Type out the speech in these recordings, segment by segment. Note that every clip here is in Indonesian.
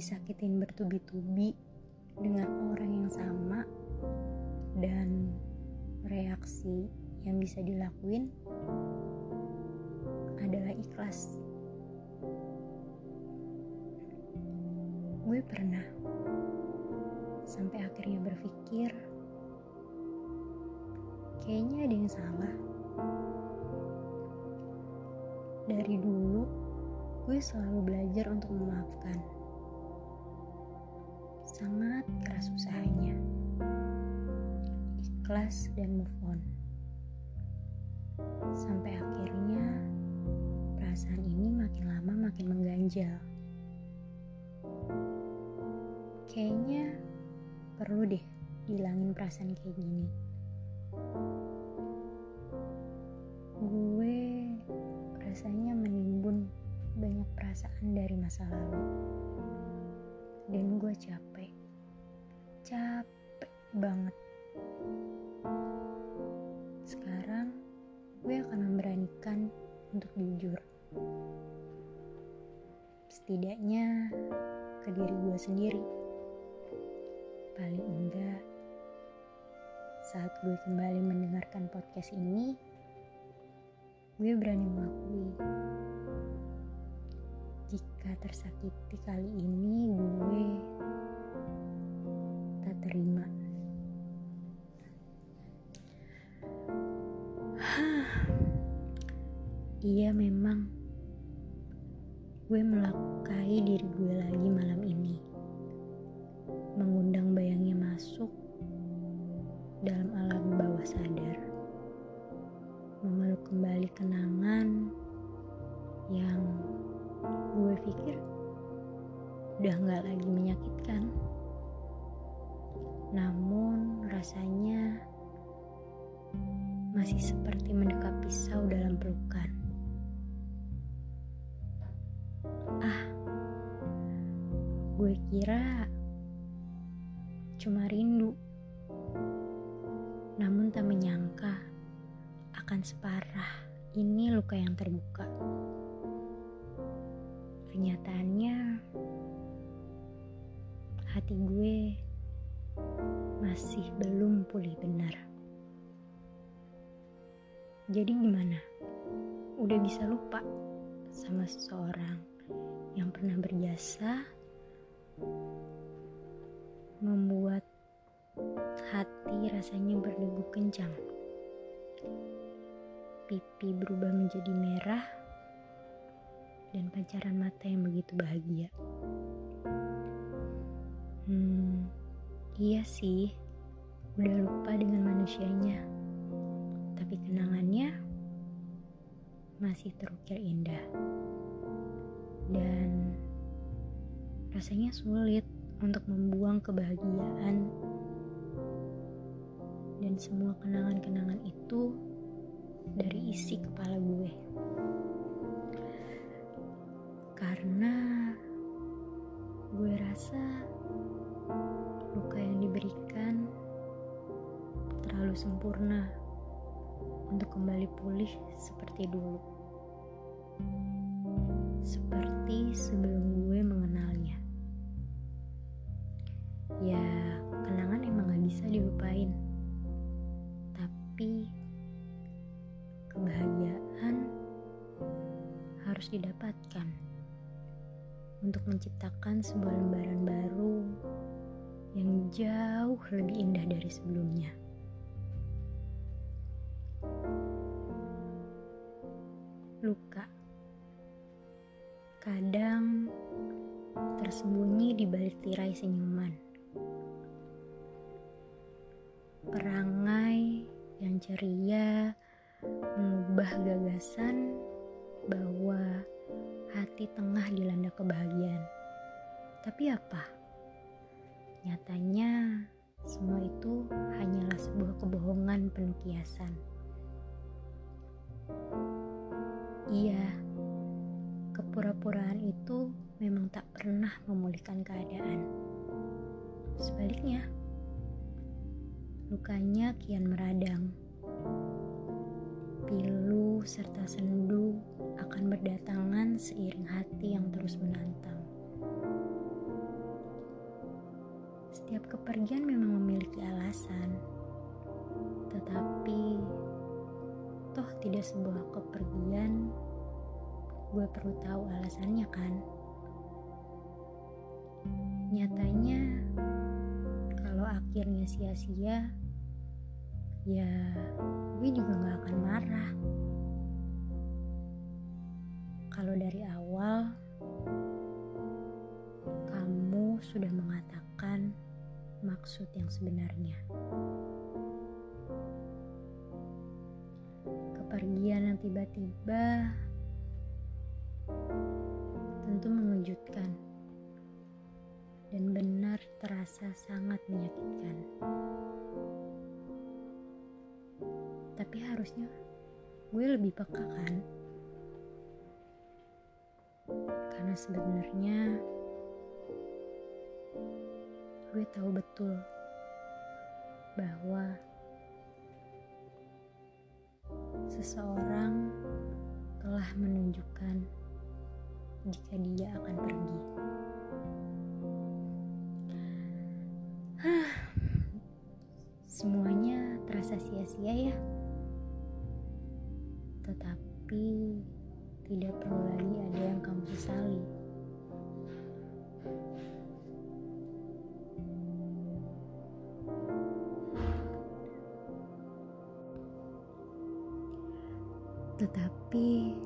disakitin bertubi-tubi dengan orang yang sama, dan reaksi yang bisa dilakuin adalah ikhlas. Gue pernah sampai akhirnya berpikir, kayaknya ada yang salah. Dari dulu, gue selalu belajar untuk memaafkan. Sangat keras usahanya. Ikhlas dan move on. Sampai akhirnya perasaan ini makin lama makin mengganjal. Kayaknya perlu deh dihilangin perasaan kayak gini. Gue rasanya menimbun banyak perasaan dari masa lalu. Dan gue capek banget. Sekarang gue akan memberanikan untuk jujur. Setidaknya ke diri gue sendiri. Paling enggak, saat gue kembali mendengarkan podcast ini, gue berani mengakui jika tersakiti kali ini gue tak terima. Iya, memang gue melukai diri gue lagi malam ini, mengundang bayangnya masuk dalam alam bawah sadar, memeluk kembali kenangan yang gue pikir udah gak lagi menyakitkan. Namun rasanya masih seperti mendekap pisau dalam pelukan. Gue kira cuma rindu, namun tak menyangka akan separah ini luka yang terbuka. Kenyataannya, hati gue masih belum pulih benar. Jadi gimana? Udah bisa lupa sama seseorang yang pernah berjasa membuat hati rasanya berdegup kencang, pipi berubah menjadi merah, dan pancaran mata yang begitu bahagia. Iya sih, udah lupa dengan manusianya, tapi kenangannya masih terukir indah. Dan rasanya sulit untuk membuang kebahagiaan dan semua kenangan-kenangan itu dari isi kepala gue. Karena gue rasa luka yang diberikan terlalu sempurna untuk kembali pulih seperti dulu. Seperti sebelum gue mengenalnya. Ya, kenangan emang gak bisa dilupain. Tapi kebahagiaan harus didapatkan untuk menciptakan sebuah lembaran baru yang jauh lebih indah dari sebelumnya. Luka kadang tersembunyi di balik tirai senyuman. Perangai yang ceria mengubah gagasan bahwa hati tengah dilanda kebahagiaan. Tapi apa? Nyatanya semua itu hanyalah sebuah kebohongan penuh kiasan. Iya, kepura-puraan itu memang tak pernah memulihkan keadaan. Sebaliknya, lukanya kian meradang. Pilu serta sendu akan berdatangan seiring hati yang terus menantang. Setiap kepergian memang memiliki alasan, tetapi toh tidak sebuah kepergian gue perlu tahu alasannya kan. Nyatanya kalau akhirnya sia-sia, ya gue juga gak akan marah. Kalau dari awal kamu sudah mengatakan maksud yang sebenarnya. Kepergian yang tiba-tiba tentu mengejutkan dan benar terasa sangat menyakitkan. Tapi harusnya gue lebih peka kan? Karena sebenarnya gue tahu betul bahwa seseorang telah menunjukkan jika dia akan pergi. Semuanya terasa sia-sia ya. Tetapi tidak perlu lagi ada yang kamu sesali. Tetapi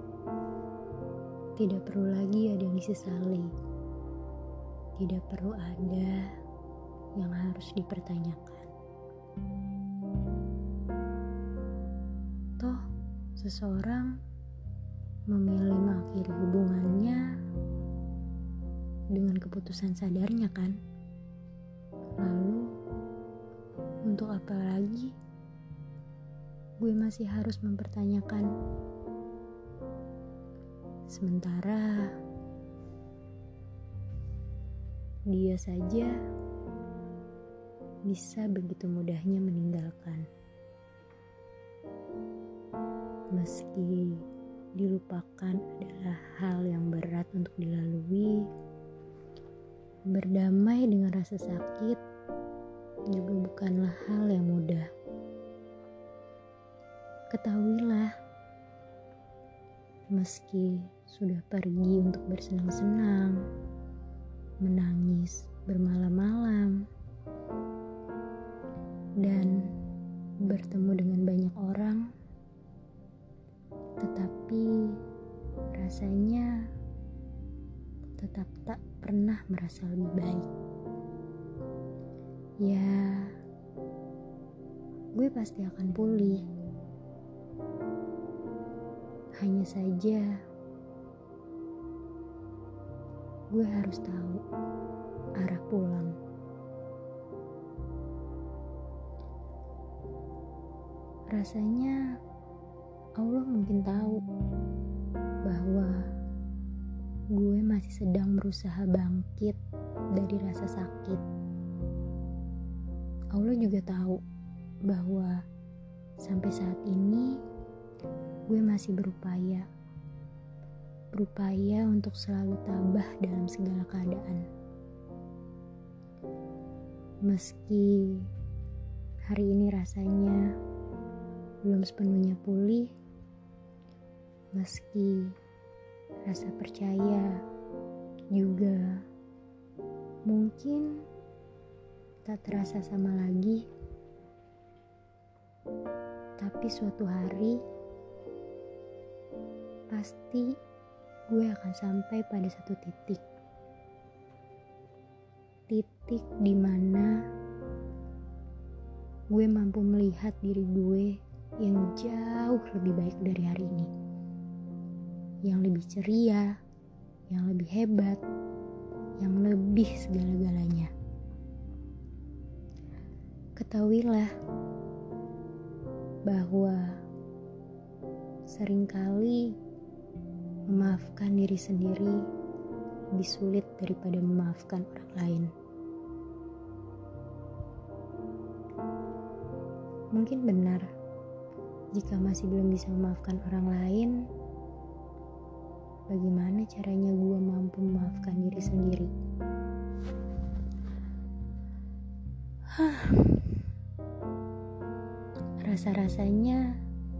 tidak perlu lagi ada yang disesali. Tidak perlu ada yang harus dipertanyakan. Toh, seseorang memilih mengakhiri hubungannya dengan keputusan sadarnya kan? Lalu, untuk apa lagi gue masih harus mempertanyakan? Sementara dia saja bisa begitu mudahnya meninggalkan. Meski dilupakan adalah hal yang berat untuk dilalui, berdamai dengan rasa sakit juga bukanlah hal yang mudah. Ketahuilah, meski sudah pergi untuk bersenang-senang, menangis bermalam-malam, dan bertemu dengan banyak orang, tetapi rasanya tetap tak pernah merasa lebih baik. Ya, gue pasti akan pulih. Hanya saja gue harus tahu arah pulang. Rasanya Allah mungkin tahu bahwa gue masih sedang berusaha bangkit dari rasa sakit. Allah juga tahu bahwa sampai saat ini gue masih berupaya untuk selalu tabah dalam segala keadaan. Meski hari ini rasanya belum sepenuhnya pulih, meski rasa percaya juga mungkin tak terasa sama lagi, tapi suatu hari pasti gue akan sampai pada satu titik di mana gue mampu melihat diri gue yang jauh lebih baik dari hari ini, yang lebih ceria, yang lebih hebat, yang lebih segala-galanya. Ketahuilah bahwa seringkali memaafkan diri sendiri lebih sulit daripada memaafkan orang lain. Mungkin benar, jika masih belum bisa memaafkan orang lain, bagaimana caranya gue mampu memaafkan diri sendiri? Rasa-rasanya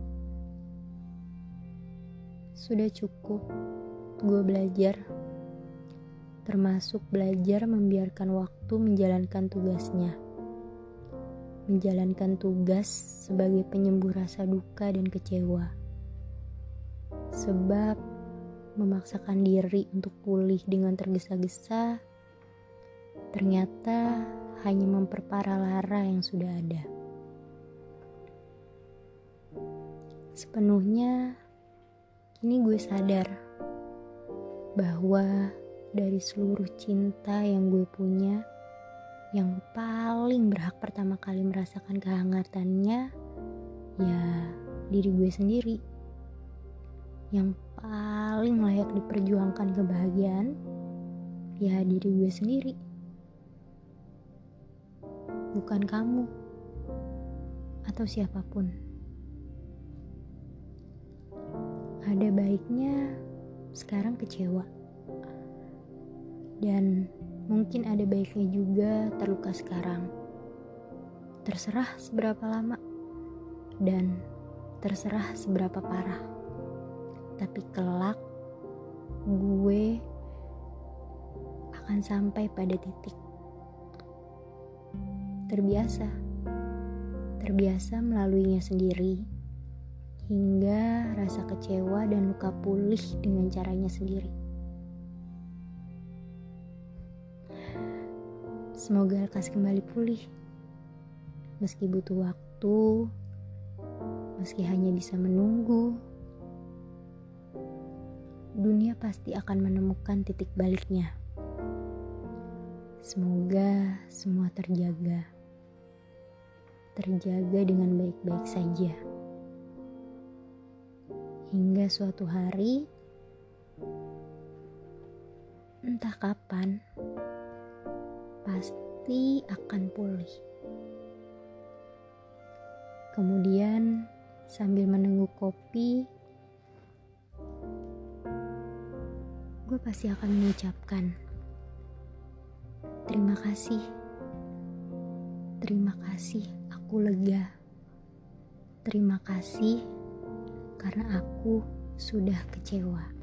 sudah cukup gue belajar, termasuk belajar membiarkan waktu menjalankan tugasnya. Menjalankan tugas sebagai penyembuh rasa duka dan kecewa. Sebab memaksakan diri untuk pulih dengan tergesa-gesa ternyata hanya memperparah lara yang sudah ada. Sepenuhnya kini gue sadar bahwa dari seluruh cinta yang gue punya, yang paling berhak pertama kali merasakan kehangatannya ya diri gue sendiri. Yang paling layak diperjuangkan kebahagiaan ya diri gue sendiri, bukan kamu atau siapapun. Ada baiknya sekarang kecewa, dan mungkin ada baiknya juga terluka sekarang. Terserah seberapa lama dan terserah seberapa parah. Tapi kelak gue akan sampai pada titik terbiasa melaluinya sendiri, hingga rasa kecewa dan luka pulih dengan caranya sendiri. Semoga lekas kembali pulih, meski butuh waktu, meski hanya bisa menunggu. Dunia pasti akan menemukan titik baliknya. Semoga semua terjaga dengan baik-baik saja. Hingga suatu hari, entah kapan, pasti akan pulih. Kemudian sambil menunggu kopi, gue pasti akan mengucapkan terima kasih. Terima kasih, aku lega. Terima kasih karena aku sudah kecewa.